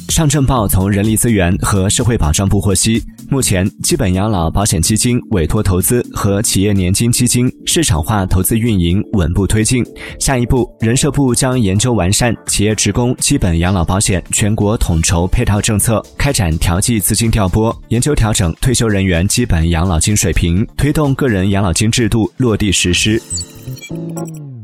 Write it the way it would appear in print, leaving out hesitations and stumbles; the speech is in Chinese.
上证报从人力资源和社会保障部获悉，目前基本养老保险基金委托投资和企业年金基金市场化投资运营稳步推进。下一步，人社部将研究完善企业职工基本养老保险全国统筹配套政策，开展调剂资金调拨，研究调整退休人员基本养老金水平，推动个人养老金制度落地实施。